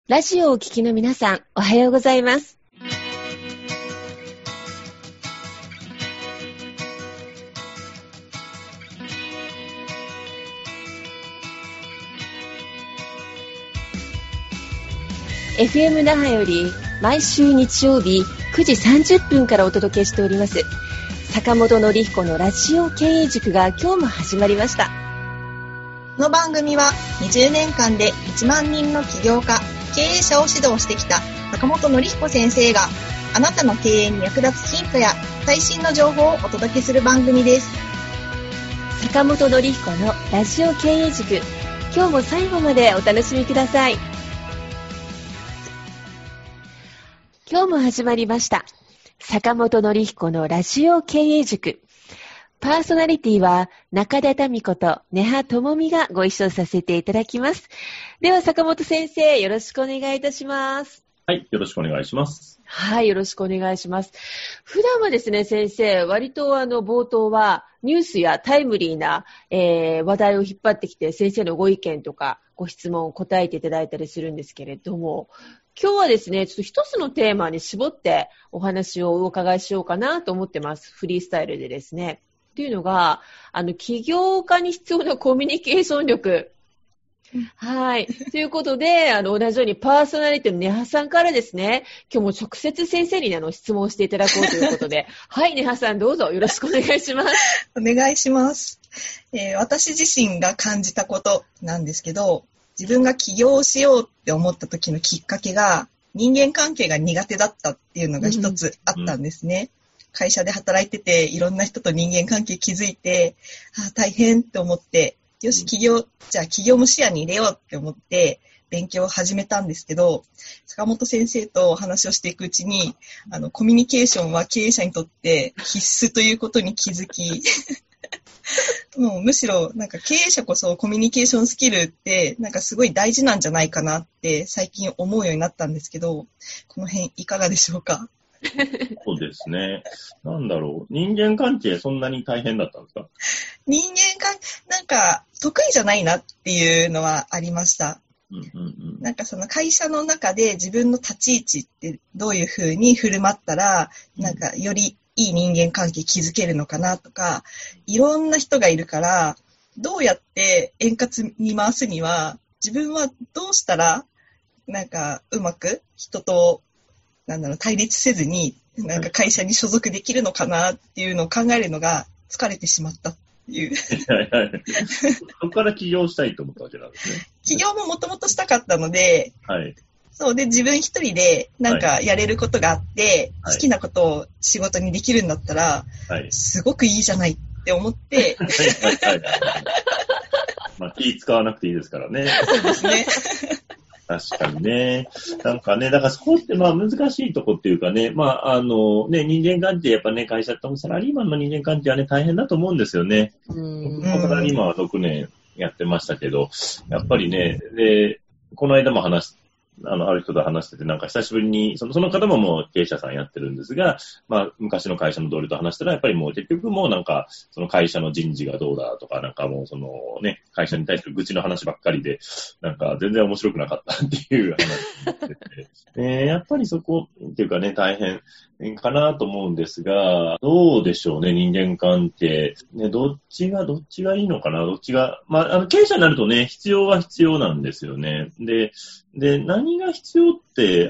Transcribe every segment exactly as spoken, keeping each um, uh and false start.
ラジオをお聞きの皆さん、おはようございます。エフエム 那覇より毎週日曜日くじさんじゅっぷんからお届けしております坂本典彦のラジオ経営塾が今日も始まりました。 この番組はにじゅうねんかんでいちまんにんの起業家、経営者を指導してきた坂本典彦先生があなたの経営に役立つヒントや最新の情報をお届けする番組です。 坂本典彦のラジオ経営塾、今日も最後までお楽しみください。今日も始まりました坂本典彦のラジオ経営塾。パーソナリティは中田民子と根葉智美がご一緒させていただきます。では坂本先生、よろしくお願いいたします。 はい、よろしくお願いします。 はい、よろしくお願いします。普段はですね、先生、割とあの冒頭はニュースやタイムリーな、えー、話題を引っ張ってきて先生のご意見とかご質問を答えていただいたりするんですけれども、今日はですね、ちょっと一つのテーマに絞ってお話をお伺いしようかなと思ってます。フリースタイルでですね。というのが、あの、起業家に必要なコミュニケーション力。はい。ということで、あの、同じようにパーソナリティの根葉さんからですね、今日も直接先生にあの質問していただこうということで、はい、根葉さんどうぞよろしくお願いします。 お願いします、えー。私自身が感じたことなんですけど、自分が起業しようって思った時のきっかけが、人間関係が苦手だったっていうのが一つあったんですね。うんうん会社で働いてて、いろんな人と人間関係築いて、あ大変って思って、よし、起業、じゃあ起業も視野に入れようって思って、勉強を始めたんですけど、坂本先生と話をしていくうちに、あの、コミュニケーションは経営者にとって必須ということに気づき、もうむしろ、なんか経営者こそコミュニケーションスキルって、なんかすごい大事なんじゃないかなって最近思うようになったんですけど、この辺いかがでしょうか？ そうですね。なんだろう。人間関係そんなに大変だったんですか？ 人間関係、なんか得意じゃないなっていうのはありました。うんうんうん、なんかその会社の中で自分の立ち位置ってどういうふうに振る舞ったら、なんかよりいい人間関係築けるのかなとか、いろんな人がいるから、どうやって円滑に回すには、自分はどうしたら、なんかうまく人となんだろう、対立せずに、なんか会社に所属できるのかなっていうのを考えるのが疲れてしまったっていう。 はいはい。そこから起業したいと思ったわけなんですね。 起業ももともとしたかったので、はい。そうで、自分一人でなんかやれることがあって、はい、好きなことを仕事にできるんだったら、はい、すごくいいじゃないって思って。はいはいはい。 まあ、気使わなくていいですからね。 そうですね。 確かにね。なんかね、だからそこってまあ難しいとこっていうかね、まああのね、人間関係やっぱね、会社ってサラリーマンの人間関係はね、大変だと思うんですよね。僕もサラリーマンはろくねんやってましたけど、やっぱりね、で、この間も話しあの、ある人と話してて、なんか久しぶりに、その、その方ももう経営者さんやってるんですが、まあ、昔の会社の同僚と話したら、やっぱりもう結局もうなんか、その会社の人事がどうだとか、なんかもうそのね、会社に対する愚痴の話ばっかりで、なんか全然面白くなかったっていう話になってて、えー、やっぱりそこっていうかね、大変かなと思うんですが、どうでしょうね、人間関係。ね、どっちが、どっちがいいのかな、どっちが、まあ、あの、経営者になるとね、必要は必要なんですよね。で、で、何が必要って、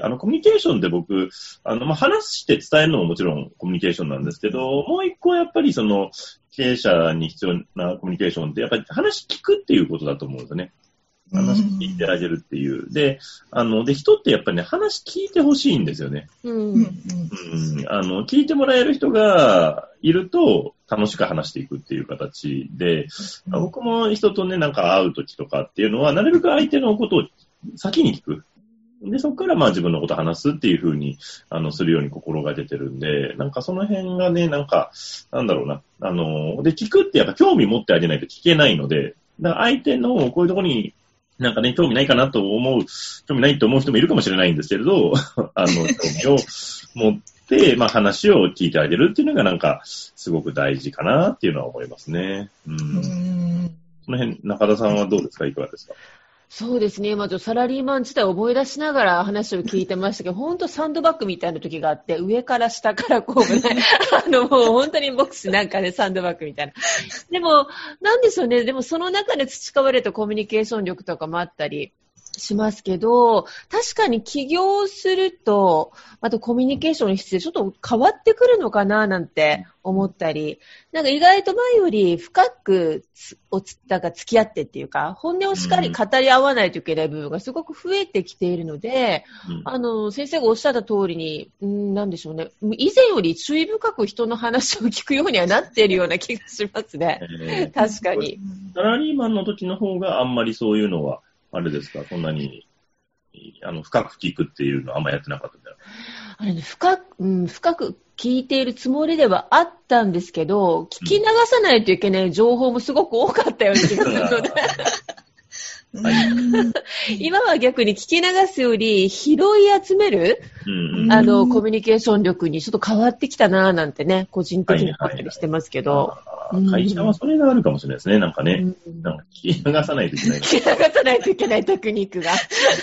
あの、コミュニケーションで僕、あの、まあ、話して伝えるのももちろんコミュニケーションなんですけど、もう一個やっぱりその、経営者に必要なコミュニケーションって、やっぱり話聞くっていうことだと思うんですよね。話聞いてあげるっていう。で、あの、で、人ってやっぱりね、話聞いてほしいんですよね。うん。うん。あの、聞いてもらえる人がいると、楽しく話していくっていう形で、僕も人とね、なんか会うときとかっていうのは、なるべく相手のことを先に聞く。で、そこからまあ自分のことを話すっていう風に、あの、するように心がけてるんで、なんかその辺がね、なんか、なんだろうな。あの、で、聞くってやっぱ興味持ってあげないと聞けないので、だから相手のこういうところに、なんかね、興味ないかなと思う、興味ないと思う人もいるかもしれないんですけれど、あの、興味を持って、まあ話を聞いてあげるっていうのがなんか、すごく大事かなっていうのは思いますね。うん。うんその辺、中田さんはどうですか？いかがですか？ そうですね。まずサラリーマン自体を思い出しながら話を聞いてましたけど、本当サンドバッグみたいな時があって、上から下からこう、あのもう本当にボクシなんかね、サンドバッグみたいな。でも、なんでしょうね。でもその中で培われたコミュニケーション力とかもあったりしますけど、確かに起業すると、またコミュニケーションの質でちょっと変わってくるのかななんて思ったり、なんか意外と前より深くつおつなんか付き合ってっていうか、本音をしっかり語り合わないといけない部分がすごく増えてきているので、うん、あの先生がおっしゃった通りに、んなんでしょうね、以前より注意深く人の話を聞くようにはなっているような気がしますね。えー、確かに。 サラリーマンの時の方があんまりそういうのはあれですか、そんなにあの深く聞くっていうのはあんまりやってなかったんだよ。 あれね、深く、うん、深く聞いているつもりではあったんですけど、聞き流さないといけない情報もすごく多かったような気がするので、今は逆に聞き流すより拾い集める、うんうん、あのコミュニケーション力にちょっと変わってきたなぁなんてね、個人的に思ったりしてますけど、はいはいはい、会社はそれがあるかもしれないですね、なんかね、うん、なんか聞き流さないといけない。 聞き流さないといけないテクニックが。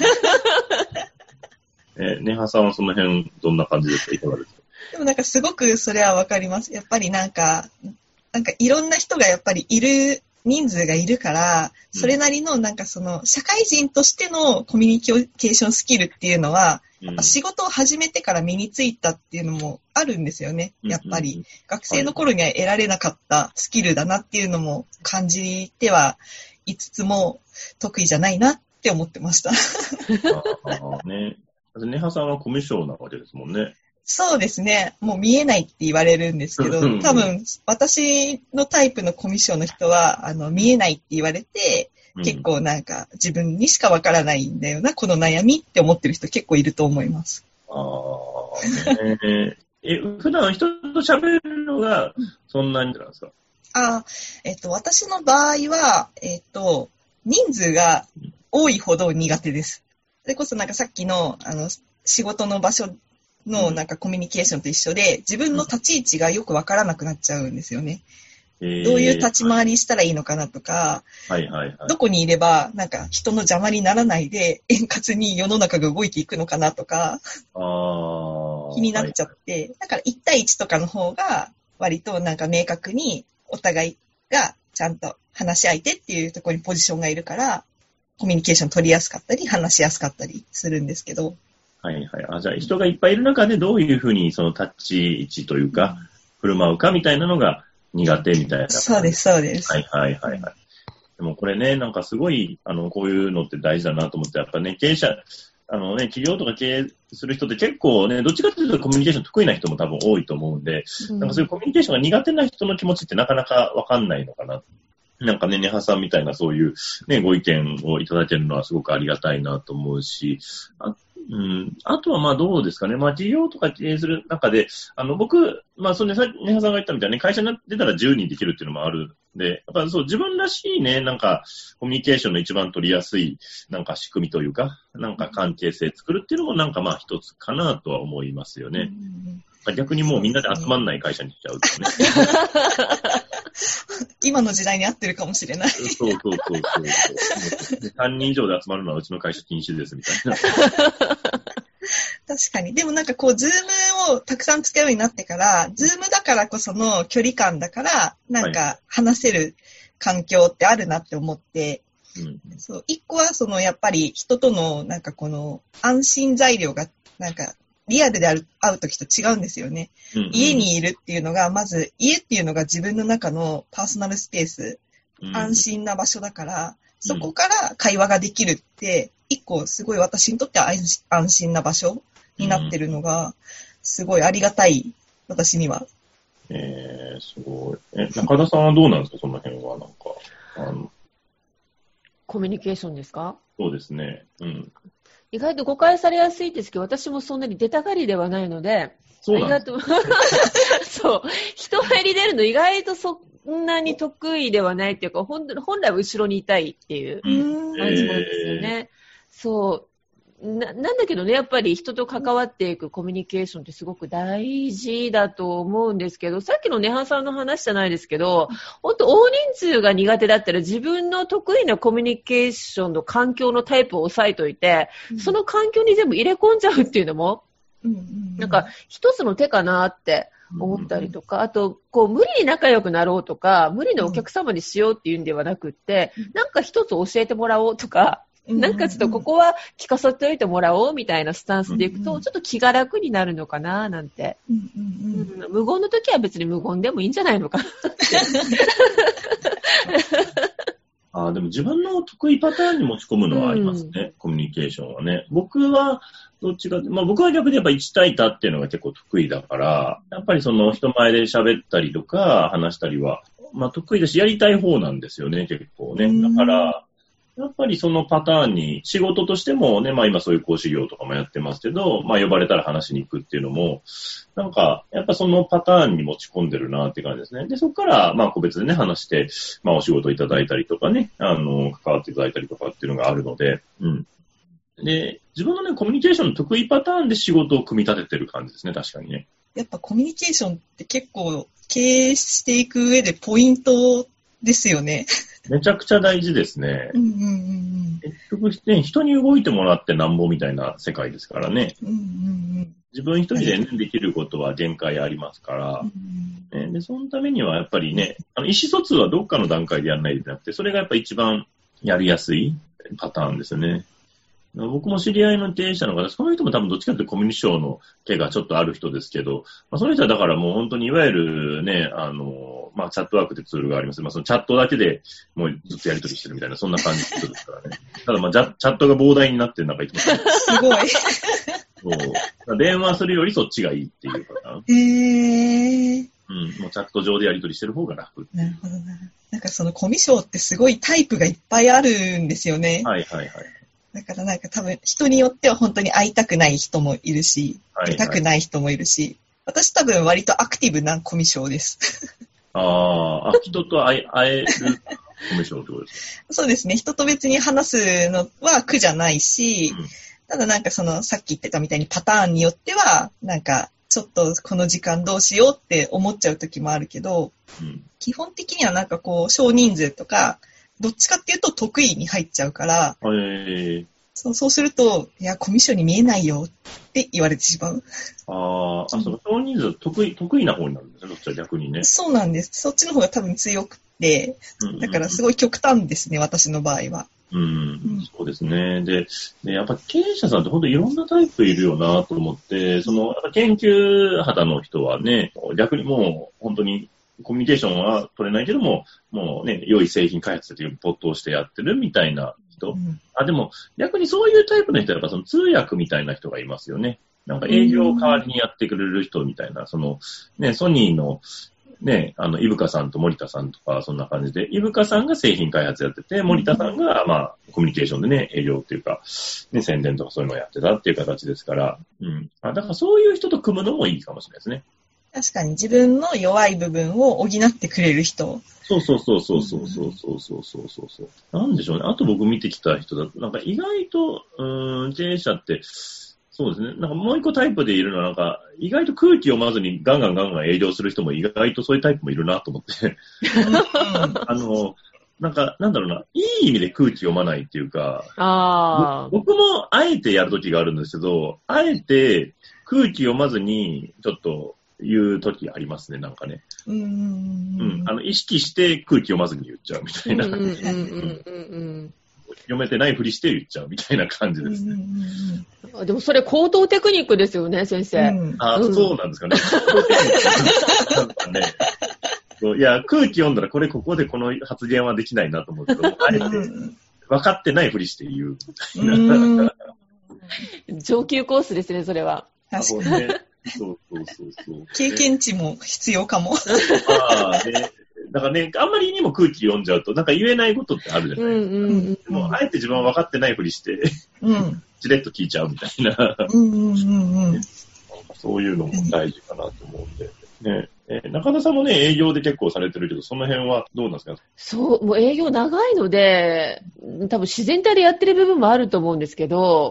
えー、ネハさんはその辺どんな感じですか？いかがですか？ でもなんかすごくそれはわかります。やっぱりなんか、なんかいろんな人がやっぱりいる、人数がいるから、それなりのなんかその社会人としてのコミュニケーションスキルっていうのは、やっぱ仕事を始めてから身についたっていうのもあるんですよね。やっぱり学生の頃には得られなかったスキルだなっていうのも感じてはいつつも得意じゃないなって思ってました。 ああね。ネハさんはコミュ障なわけですもんね。 そうですね。もう見えないって言われるんですけど、多分私のタイプのコミュ障の人はあの見えないって言われて、うん、結構なんか自分にしかわからないんだよな、この悩みって思ってる人結構いると思います。 ああ、ねえ、普段人と喋るのがそんなになんですか？ あ、えっと、私の場合は、えっと、人数が多いほど苦手です。それこそなんかさっきの、あの、仕事の場所のなんかコミュニケーションと一緒で、自分の立ち位置がよくわからなくなっちゃうんですよね。えー、どういう立ち回りしたらいいのかなとか、 はいはいはい、 どこにいればなんか人の邪魔にならないで円滑に世の中が動いていくのかなとか、 あ気になっちゃって、はい、だからいち対いちとかの方が割となんか明確にお互いがちゃんと話し相手っていうところにポジションがいるから、コミュニケーション取りやすかったり、話しやすかったりするんですけど。 はいはい。あ、じゃあ人がいっぱいいる中でどういうふうにその立ち位置というか、うん、振る舞うかみたいなのが苦手みたいな。 そうです、そうです。 はいはいはいはい。でもこれね、なんかすごい、あの、こういうのって大事だなと思って、やっぱね、経営者、あのね、企業とか経営する人って結構ね、どっちかというとコミュニケーション得意な人も多分多いと思うんで、うん、なんかそういうコミュニケーションが苦手な人の気持ちってなかなかわかんないのかな。なんかね、ネハさんみたいなそういうね、ご意見をいただけるのはすごくありがたいなと思うし、あうん、あとはまあどうですかね。まあ事業とか経営する中で、あの僕、まあそのね、ネハさんが言ったみたいに会社に出たらじゅうにんできるっていうのもあるんで、やっぱそう自分らしいね、なんかコミュニケーションの一番取りやすいなんか仕組みというか、なんか関係性作るっていうのもなんかまあ一つかなとは思いますよね。うん、逆にもうみんなで集まんない会社にしちゃうとね。 今の時代に合ってるかもしれない。 そうそうそうそう。さんにん以上で集まるのはうちの会社禁止ですみたいな。 確かに。でもなんかこう、ズームをたくさん使うようになってから、ズームだからこその距離感だから、なんか話せる環境ってあるなって思って、はい、うん、そう、一個はそのやっぱり人とのなんかこの安心材料がなんかリアルで会うときと違うんですよね、うんうん。家にいるっていうのが、まず家っていうのが自分の中のパーソナルスペース、うん、安心な場所だから、そこから会話ができるって、一個すごい私にとっては安心な場所になってるのが、すごいありがたい、私には。 えー、すごい。え、中田さんはどうなんですか、その辺は。なんか、あのコミュニケーションですか？ そうですね。うん。 意外と誤解されやすいですけど、私もそんなに出たがりではないので、 そうなんです、ね、 そう、人前に出るの意外とそんなに得意ではないっていうか、本来は後ろにいたいっていう感じなんですよね。えー、そう。 な、なんだけどね、やっぱり人と関わっていくコミュニケーションってすごく大事だと思うんですけど、さっきのネハさんの話じゃないですけど、本当大人数が苦手だったら自分の得意なコミュニケーションの環境のタイプを押さえといて、うん、その環境に全部入れ込んじゃうっていうのも、うんうんうん、なんか一つの手かなって思ったりとか、あと、こう、無理に仲良くなろうとか、無理なお客様にしようっていうんではなくって、うん、なんか一つ教えてもらおうとか、なんかちょっとここは聞かせておいてもらおうみたいなスタンスでいくと、うんうん、ちょっと気が楽になるのかななんて、うんうんうん、無言の時は別に無言でもいいんじゃないのかなってあでも自分の得意パターンに持ち込むのはありますね、うん、コミュニケーションはね。僕はどっちか、まあ僕は逆にやっぱいち対多っていうのが結構得意だから、やっぱりその人前で喋ったりとか話したりは、まあ得意だしやりたい方なんですよね、結構ね。だから、やっぱりそのパターンに仕事としてもね、まあ今そういう講師業とかもやってますけど、まあ呼ばれたら話しに行くっていうのも、なんかやっぱそのパターンに持ち込んでるなって感じですね。で、そこからまあ個別でね話して、まあお仕事いただいたりとかね、あの、関わっていただいたりとかっていうのがあるので、うん。で、自分のね、コミュニケーションの得意パターンで仕事を組み立ててる感じですね、確かにね。 やっぱコミュニケーションって結構経営していく上でポイントですよね。 めちゃくちゃ大事ですね。うんうんうん、結局、ね、人に動いてもらってなんぼみたいな世界ですからね。うんうんうん、自分一人で、ね、できることは限界ありますから、うんうん、で、そのためにはやっぱりね、あの意思疎通はどっかの段階でやらないといけなくて、それがやっぱ一番やりやすいパターンですよね。僕も知り合いの経営者の方、その人も多分どっちかというとコミュニケーションの手がちょっとある人ですけど、まあ、その人はだからもう本当にいわゆるね、あの、まあ、チャットワークってツールがあります。まあ、そのチャットだけでもうずっとやり取りしてるみたいな、そんな感じの人ですからね。ただまあ、チャットが膨大になってる中言ってます。 すごい。 そう。電話するよりそっちがいいっていうパターン。 へー。 うん、もうチャット上でやり取りしてる方が楽。 なるほどな。なんかそのコミュ障ってすごいタイプがいっぱいあるんですよね。 はいはいはい。 だからなんか多分人によっては本当に会いたくない人もいるし、 はいはい、 会いたくない人もいるし、私多分割とアクティブなコミュ障です。 ああ、人と会え、会えるコミュ障ってことですか？ そうですね。人と別に話すのは苦じゃないし、うん、ただなんかそのさっき言ってたみたいにパターンによっては、なんかちょっとこの時間どうしようって思っちゃう時もあるけど、うん、基本的にはなんかこう少人数とか、どっちかっていうと得意に入っちゃうから、 えー、 そう、そうすると、いや、コミュ障に見えないよって言われてしまう。 ああ、その少人数得意、得意な方になるんですね、どっちは逆にね。 そうなんです。そっちの方が多分強くて、だからすごい極端ですね、私の場合は。 うん、うん、そうですね。で、でやっぱ経営者さんって本当いろんなタイプいるよなと思って、その、やっぱ研究肌の人はね、逆にもう本当に、コミュニケーションは取れないけども、もうね、良い製品開発という没頭してやってるみたいな人。うん、あ、でも逆にそういうタイプの人はやっぱその通訳みたいな人がいますよね。なんか営業を代わりにやってくれる人みたいな、その、ね、ソニーのね、あの、イブカさんと森田さんとかそんな感じで、イブカさんが製品開発やってて、森田さんがまあ、コミュニケーションでね、営業っていうか、ね、宣伝とかそういうのをやってたっていう形ですから、うん。あ、だからそういう人と組むのもいいかもしれないですね。 確かに自分の弱い部分を補ってくれる人。 そうそうそうそうそうそうそうそうそうそうそう。なんでしょうね。あと僕見てきた人だと、なんか意外と、うーん、経営者って、そうですね。なんかもう一個タイプでいるのは、なんか、意外と空気読まずにガンガンガンガン営業する人も意外とそういうタイプもいるなと思って。あの、なんか、なんだろうな、いい意味で空気読まないっていうか、 あ僕もあえてやるときがあるんですけど、あえて空気読まずに、ちょっと、言うときありますね、なんかね。うん。うん。あの、意識して空気読まずに言っちゃうみたいな。読めてないふりして言っちゃうみたいな感じですね。 うんうん、でもそれ高等テクニックですよね、先生。うん、 あ、うん、そうなんですかね。高等テクニックなんかね。いや、空気読んだらこれここでこの発言はできないなと思うけど、あえて分かってないふりして言うみたいな。 上級コースですね、それは。 確かに。 そうそうそうそう。 経験値も必要かも。 ああ、ね。だからね、あんまりにも空気読んじゃうと、なんか言えないことってあるじゃないですか。うんうんうん、でも、あえて自分は分かってないふりして、うん、チレッと聞いちゃうみたいな。うんうんうんうん、そういうのも大事かなと思うんで。ねえー、中田さんもね、営業で結構されてるけど、その辺はどうなんですか？ そう、もう営業長いので、多分自然体でやってる部分もあると思うんですけど、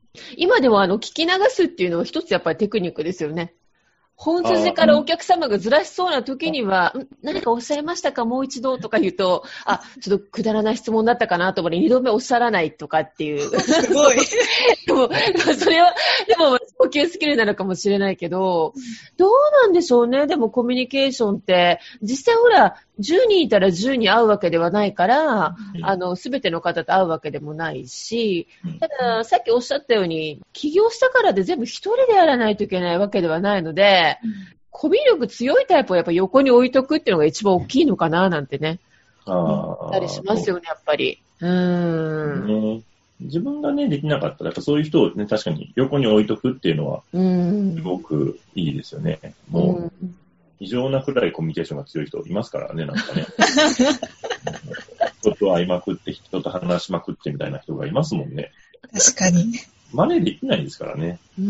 今でもあの、聞き流すっていうのは一つやっぱりテクニックですよね。本筋からお客様がずらしそうな時には、ん何かおっしゃいましたかもう一度とか言うと、あ、ちょっとくだらない質問だったかなと思って二度目おっしゃらないとかっていう。 すごい。 でも、それは、でも、呼吸スキルなのかもしれないけど、どうなんでしょうね。でもコミュニケーションって、実際ほら、じゅうにんいたらじゅうにん会うわけではないから、うん、あの、すべての方と会うわけでもないし、ただ、さっきおっしゃったように、起業したからで全部一人でやらないといけないわけではないので、うん、コミュ力強いタイプをやっぱ横に置いとくっていうのが一番大きいのかな、なんてね。ああ。たりしますよね、やっぱり。うーん。 ね、自分がね、できなかったら、そういう人をね、確かに横に置いとくっていうのは、すごくいいですよね。うん、もう、うん異常なくらいコミュニケーションが強い人いますからね、なんかね。人と会いまくって、人と話しまくってみたいな人がいますもんね。 確かに。 真似できないですからね。 うん。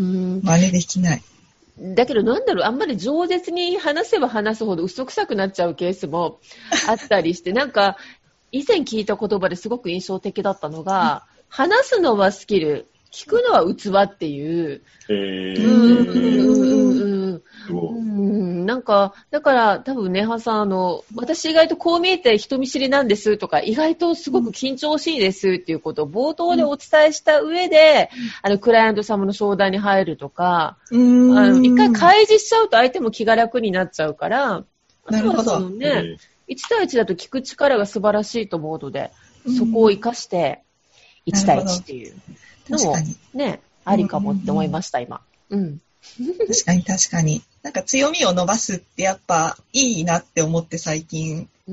真似できない。 だけどなんだろう、あんまり饒舌に話せば話すほど嘘くさくなっちゃうケースもあったりして、なんか、以前聞いた言葉ですごく印象的だったのが、話すのはスキル、聞くのは器っていう。へー。うんうんうんうん、なんか、だから多分ね、はさん、あの、私意外とこう見えて人見知りなんですとか、意外とすごく緊張しいですっていうことを冒頭でお伝えした上で、うん、あの、クライアント様の商談に入るとか、うんあの一回開示しちゃうと相手も気が楽になっちゃうから、 なるほど。 ね、いち対いちだと聞く力が素晴らしいと思うので、そこを活かして、いち対いちっていうのもね、ありかもって思いました、今。うん。 確かに確かに。なんか強みを伸ばすってやっぱいいなって思って最近。うん、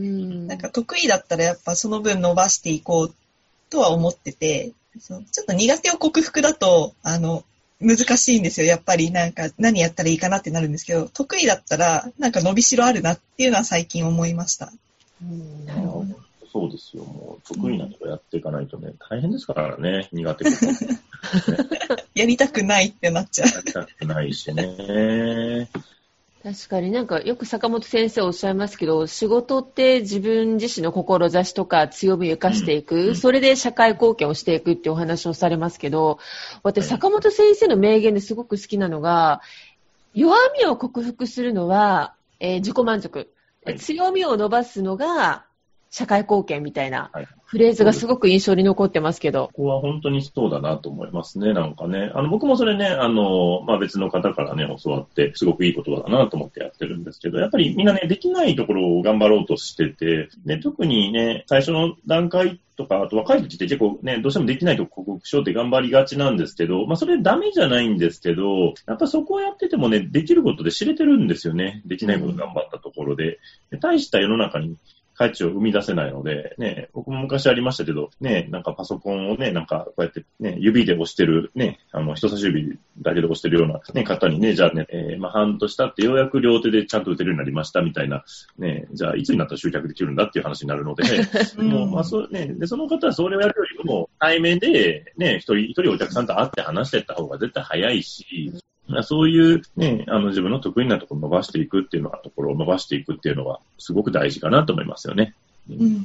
なんか得意だったらやっぱその分伸ばしていこうとは思ってて、そうちょっと苦手を克服だと、あの、難しいんですよ。やっぱりなんか何やったらいいかなってなるんですけど、得意だったらなんか伸びしろあるなっていうのは最近思いました。 うん、なるほど。そうですよ。もう得意なことやっていかないとね、大変ですからね、苦手なこと、ね。 やりたくないってなっちゃう。 やりたくないしね。 確かになんかよく坂本先生おっしゃいますけど、仕事って自分自身の志とか強みを生かしていく、うんうん、それで社会貢献をしていくっていうお話をされますけど、私坂本先生の名言ですごく好きなのが、弱みを克服するのは、えー、自己満足、はい、強みを伸ばすのが社会貢献みたいなフレーズがすごく印象に残ってますけど。 ここは本当にそうだなと思いますね。なんかね、あの僕もそれね、あの、まあ、別の方からね、教わって、すごくいい言葉だなと思ってやってるんですけど、やっぱりみんなね、できないところを頑張ろうとしてて、ね、特にね、最初の段階とか、あと若い時って結構ね、どうしてもできないと克服しようって頑張りがちなんですけど、まあそれダメじゃないんですけど、やっぱそこをやっててもね、できることで知れてるんですよね。できないこと頑張ったところで。で大した世の中に価値を生み出せないので、ね、僕も昔ありましたけど、ね、なんかパソコンをね、なんかこうやってね、指で押してる、ね、あの、人差し指だけで押してるような、ね、方にね、じゃあね、えー、まあ半年経ってようやく両手でちゃんと打てるようになりましたみたいな、ね、じゃあいつになったら集客できるんだっていう話になるので、うん、もう、まあそうね、で、その方はそれをやるよりも、対面で、ね、一人一人お客さんと会って話していった方が絶対早いし、そういうね、あの自分の得意なところを伸ばしていくっていうのは、ところを伸ばしていくっていうのは、すごく大事かなと思いますよね。 うんうんうん、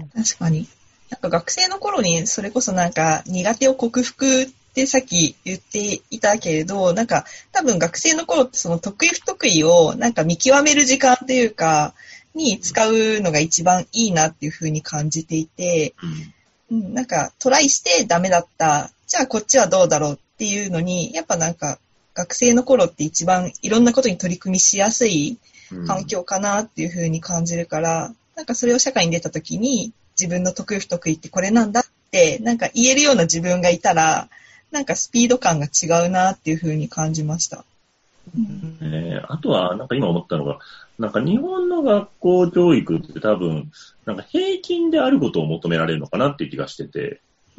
確かに。なんか学生の頃にそれこそなんか苦手を克服ってさっき言っていたけれど、なんか多分学生の頃ってその得意不得意をなんか見極める時間っていうか、に使うのが一番いいなっていうふうに感じていて、うん、なんかトライしてダメだった。じゃあこっちはどうだろうっていうのに、やっぱなんか学生の頃って一番いろんなことに取り組みしやすい環境かなっていうふうに感じるから、うん、なんかそれを社会に出た時に自分の得意不得意ってこれなんだってなんか言えるような自分がいたら、なんかスピード感が違うなっていうふうに感じました。 うんえー、あとはなんか今思ったのが、なんか日本の学校教育って多分なんか平均であることを求められるのかなっていう気がしてて、うん、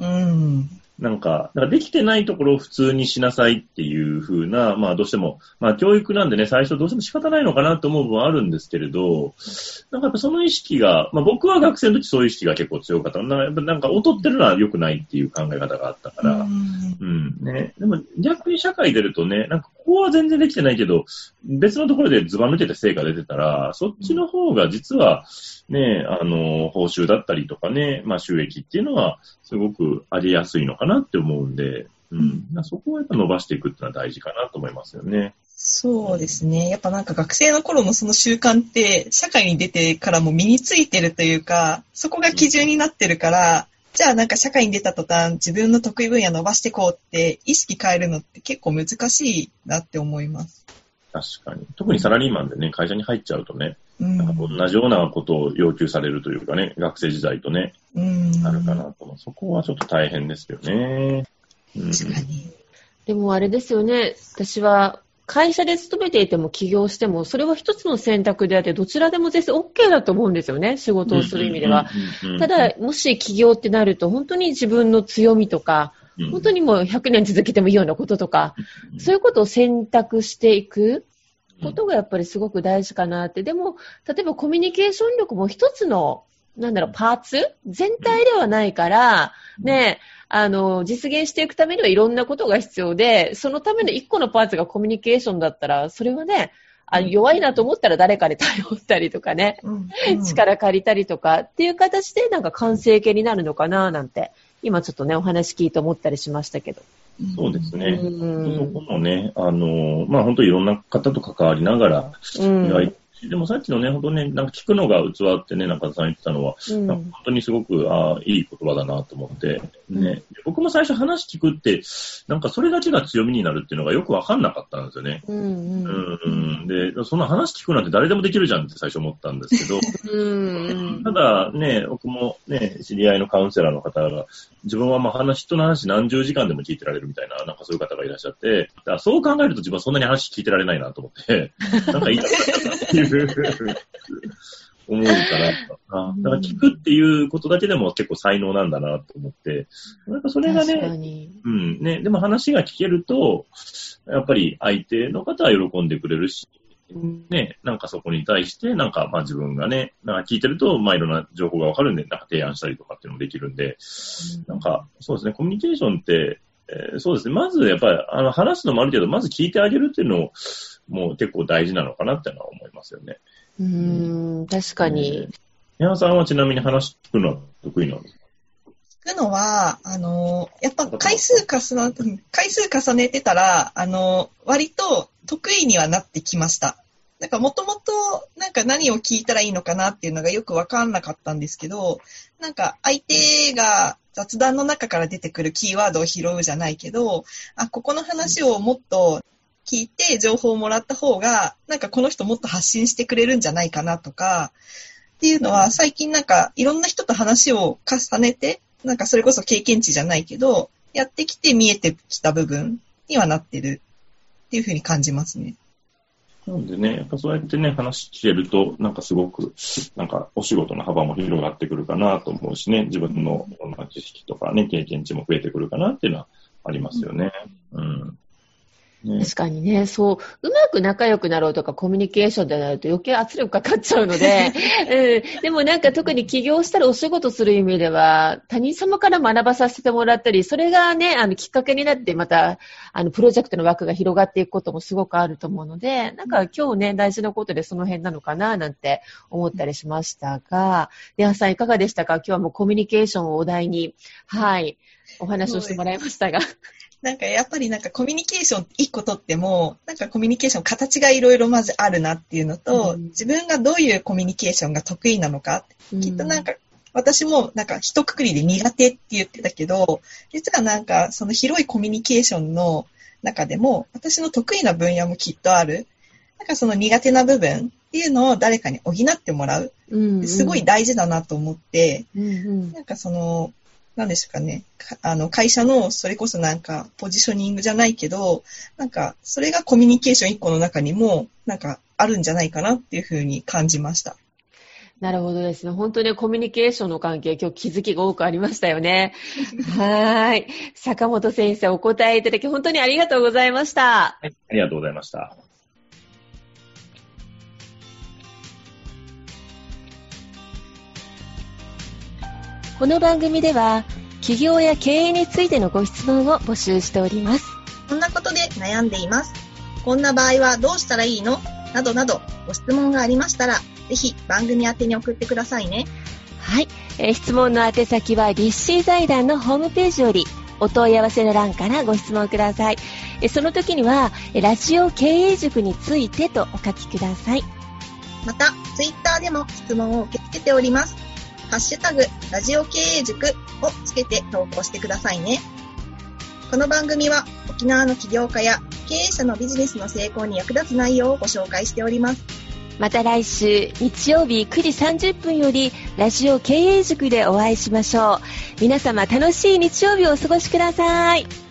なんか、なんかできてないところを普通にしなさいっていう風な、まあどうしても、まあ教育なんでね、最初どうしても仕方ないのかなと思う部分はあるんですけれど、なんかやっぱその意識が、まあ僕は学生の時そういう意識が結構強かった。なんかなんか劣ってるのは良くないっていう考え方があったから、うん、うん、ね。でも逆に社会出るとね、なんかここは全然できてないけど、別のところでズバ抜けて成果出てたら、そっちの方が実は、ね、あの、報酬だったりとかね、まあ収益っていうのはすごくありやすいのかなって思うんで、 うん。そこをやっぱ伸ばしていくっていうのは大事かなと思いますよね。 そうですね。やっぱなんか学生の頃のその習慣って社会に出てからも身についてるというか、そこが基準になってるから、じゃあなんか社会に出た途端自分の得意分野伸ばしていこうって意識変えるのって結構難しいなって思います。 確かに。特にサラリーマンでね、会社に入っちゃうとね、 うん、 なんか同じようなことを要求されるというかね、学生時代とね、うん、あるかなと。そこはちょっと大変ですよね。 うん、確かに。 でもあれですよね、私は会社で勤めていても起業しても、それは一つの選択であって、どちらでも全然 OK だと思うんですよね、仕事をする意味では。ただ、もし起業ってなると、本当に自分の強みとか、本当にもうひゃくねん続けてもいいようなこととか、そういうことを選択していくことがやっぱりすごく大事かなって。でも、例えばコミュニケーション力も一つの、なんだろう、パーツ全体ではないから、ね、あの、実現していくためにはいろんなことが必要で、そのための一個のパーツがコミュニケーションだったら、それはね、あの弱いなと思ったら誰かに頼ったりとかね、うんうん、力借りたりとかっていう形でなんか完成形になるのかななんて、今ちょっとね、お話聞いて思ったりしましたけど。 そうですね。うん、そこもね、あの、まあ本当にいろんな方と関わりながら、うんでもさっきのね、本当ね、なんか聞くのが器ってね、中田さん言ってたのは、うん、なんか本当にすごく、あいい言葉だなと思って、ね、うん、僕も最初話聞くって、なんかそれだけが強みになるっていうのがよくわかんなかったんですよね。うんうんうん、で、その話聞くなんて誰でもできるじゃんって最初思ったんですけど、うんただね、僕もね、知り合いのカウンセラーの方が、自分はまあ話、人の話何十時間でも聞いてられるみたいな、なんかそういう方がいらっしゃって、だからそう考えると自分はそんなに話聞いてられないなと思って、なんかいいかなっていう思うから、あだから聞くっていうことだけでも結構才能なんだなと思って、なんかそれがね、うんね、でも話が聞けると、やっぱり相手の方は喜んでくれるし、ね、なんかそこに対して、なんかまあ自分がね、なんか聞いてると、まあいろんな情報がわかるんで、なんか提案したりとかっていうのもできるんで、なんかそうですね、コミュニケーションって、えー、そうですね、まずやっぱりあの話すのもある程度、まず聞いてあげるっていうのを、もう結構大事なのかなってのは思いますよね。 うーん、確かに。 矢野さんはちなみに話聞くのは得意なんですか？ 聞くのは、あの、やっぱ回数重ね、回数重ねてたら、あの、割と得意にはなってきました。なんかもともと、なんか何を聞いたらいいのかなっていうのがよくわかんなかったんですけど、なんか相手が雑談の中から出てくるキーワードを拾うじゃないけど、あ、ここの話をもっと聞いて情報をもらった方が、なんかこの人もっと発信してくれるんじゃないかなとか、っていうのは最近なんかいろんな人と話を重ねて、なんかそれこそ経験値じゃないけど、やってきて見えてきた部分にはなってるっていうふうに感じますね。 なんでね、やっぱそうやってね、話聞けると、なんかすごく、なんかお仕事の幅も広がってくるかなと思うしね、自分の知識とかね、経験値も増えてくるかなっていうのはありますよね。うん。 ね、確かにね、そう、うまく仲良くなろうとかコミュニケーションでなると余計圧力かかっちゃうので、うん、でもなんか特に起業したらお仕事する意味では、他人様から学ばさせてもらったり、それがね、あの、きっかけになってまた、あの、プロジェクトの枠が広がっていくこともすごくあると思うので、なんか今日ね、大事なことでその辺なのかな、なんて思ったりしましたが、ではさんいかがでしたか？今日はもうコミュニケーションをお題に、はい、お話をしてもらいましたが。 なんかやっぱりなんかコミュニケーション一個とっても、なんかコミュニケーション形がいろいろまずあるなっていうのと、うん、自分がどういうコミュニケーションが得意なのか、うん、きっとなんか私もなんか一括りで苦手って言ってたけど、実はなんかその広いコミュニケーションの中でも私の得意な分野もきっとある。なんかその苦手な部分っていうのを誰かに補ってもらう。うんうん、すごい大事だなと思って、うんうん、なんかその、なんですかね、あの会社のそれこそなんかポジショニングじゃないけど、なんかそれがコミュニケーション一個の中にもなんかあるんじゃないかなっていうふうに感じました。 なるほどですね。本当にコミュニケーションの関係、今日気づきが多くありましたよね。はい。坂本先生、お答えいただき本当にありがとうございました。 はい、ありがとうございました。 この番組では起業や経営についてのご質問を募集しております。 こんなことで悩んでいます。こんな場合はどうしたらいいの？などなどご質問がありましたら、ぜひ番組宛てに送ってくださいね。 はい、えー、質問の宛先は立志財団のホームページよりお問い合わせの欄からご質問ください。その時にはラジオ経営塾についてとお書きください。 また、ツイッターでも質問を受け付けております。ハッシュタグ、ラジオ経営塾をつけて投稿してくださいね。この番組は沖縄の起業家や経営者のビジネスの成功に役立つ内容をご紹介しております。 また来週日曜日くじさんじゅっぷんよりラジオ経営塾でお会いしましょう。皆様楽しい日曜日をお過ごしください。